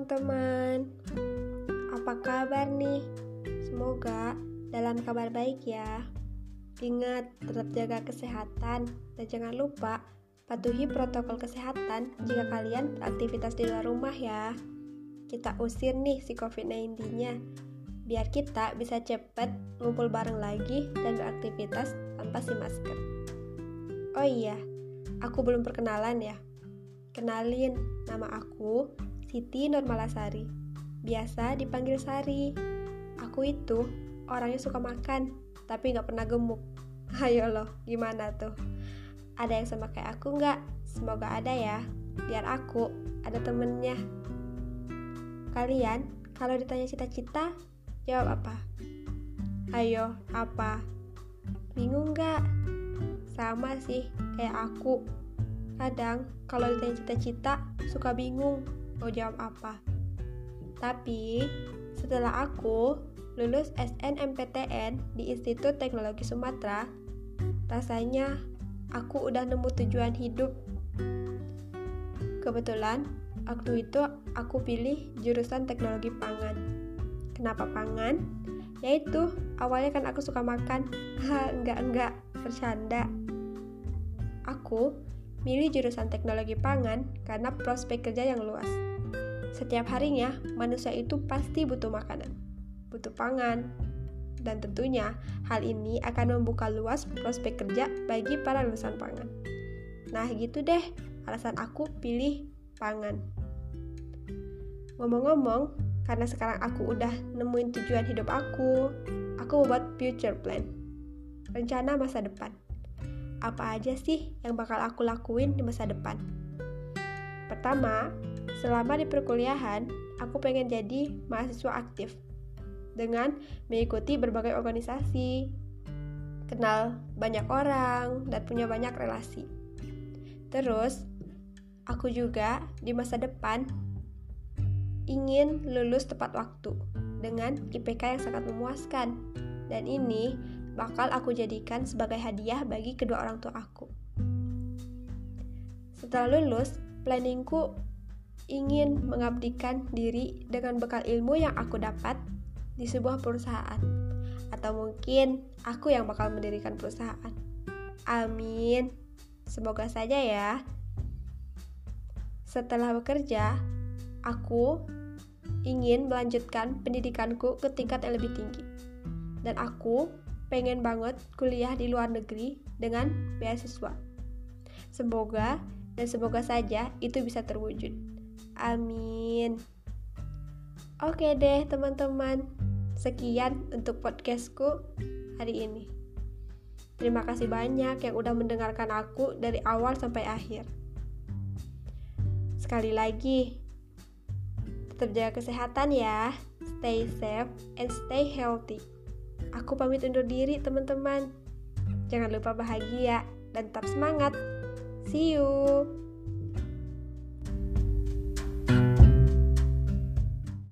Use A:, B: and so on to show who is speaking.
A: teman-teman, apa kabar nih? Semoga dalam kabar baik ya. Ingat, tetap jaga kesehatan dan jangan lupa patuhi protokol kesehatan jika kalian beraktivitas di luar rumah ya. Kita usir nih si COVID-19-nya, biar kita bisa cepet ngumpul bareng lagi dan beraktivitas tanpa si masker. Oh iya, aku belum perkenalan ya. Kenalin, nama aku Siti Nurmalasari. Biasa dipanggil Sari. Aku itu orangnya suka makan, tapi gak pernah gemuk. Ayo loh, gimana tuh? Ada yang sama kayak aku gak? Semoga ada ya, biar aku ada temennya. Kalian, kalau ditanya cita-cita, jawab apa? Ayo, apa? Bingung gak? Sama sih, kayak aku. Kadang, kalau ditanya cita-cita, suka bingung mau jawab apa. Tapi, setelah aku lulus SNMPTN di Institut Teknologi Sumatera, rasanya aku udah nemu tujuan hidup. Kebetulan, waktu itu aku pilih jurusan teknologi pangan. Kenapa pangan? Yaitu, awalnya kan aku suka makan. Enggak, bercanda. Aku milih jurusan teknologi pangan karena prospek kerja yang luas. Setiap harinya, manusia itu pasti butuh makanan, butuh pangan. Dan tentunya, hal ini akan membuka luas prospek kerja bagi para lulusan pangan. Nah gitu deh, alasan aku pilih pangan. Ngomong-ngomong, karena sekarang aku udah nemuin tujuan hidup aku membuat future plan, rencana masa depan. Apa aja sih yang bakal aku lakuin di masa depan? Pertama, selama di perkuliahan, aku pengen jadi mahasiswa aktif dengan mengikuti berbagai organisasi, kenal banyak orang, dan punya banyak relasi. Terus, aku juga di masa depan ingin lulus tepat waktu dengan IPK yang sangat memuaskan. Dan ini bakal aku jadikan sebagai hadiah bagi kedua orang tua aku. Setelah lulus, planningku ingin mengabdikan diri dengan bekal ilmu yang aku dapat di sebuah perusahaan. Atau mungkin aku yang bakal mendirikan perusahaan. Amin. Semoga saja ya. Setelah bekerja, aku ingin melanjutkan pendidikanku ke tingkat yang lebih tinggi. Dan aku pengen banget kuliah di luar negeri dengan beasiswa. Semoga saja itu bisa terwujud. Amin. Oke deh teman-teman, sekian untuk podcastku hari ini. Terima kasih banyak yang udah mendengarkan aku dari awal sampai akhir. Sekali lagi, tetap jaga kesehatan ya. Stay safe and stay healthy. Aku pamit undur diri teman-teman. Jangan lupa bahagia dan tetap semangat. See you.